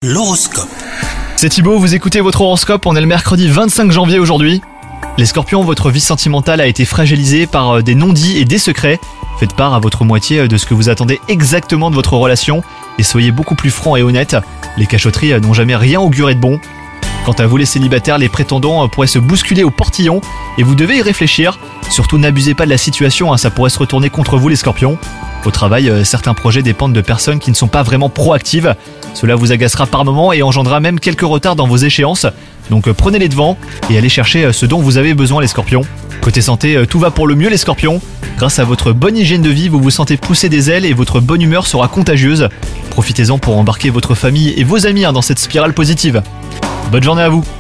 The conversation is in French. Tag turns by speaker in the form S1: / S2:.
S1: L'horoscope.
S2: C'est Thibaut, vous écoutez votre horoscope, on est le mercredi 25 janvier aujourd'hui. Les scorpions, votre vie sentimentale a été fragilisée par des non-dits et des secrets. Faites part à votre moitié de ce que vous attendez exactement de votre relation et soyez beaucoup plus franc et honnête. Les cachotteries n'ont jamais rien auguré de bon. Quant à vous les célibataires, les prétendants pourraient se bousculer au portillon et vous devez y réfléchir. Surtout n'abusez pas de la situation, ça pourrait se retourner contre vous les scorpions. Au travail, certains projets dépendent de personnes qui ne sont pas vraiment proactives. Cela vous agacera par moments et engendrera même quelques retards dans vos échéances. Donc prenez les devants et allez chercher ce dont vous avez besoin les scorpions. Côté santé, tout va pour le mieux les scorpions. Grâce à votre bonne hygiène de vie, vous vous sentez pousser des ailes et votre bonne humeur sera contagieuse. Profitez-en pour embarquer votre famille et vos amis dans cette spirale positive. Bonne journée à vous!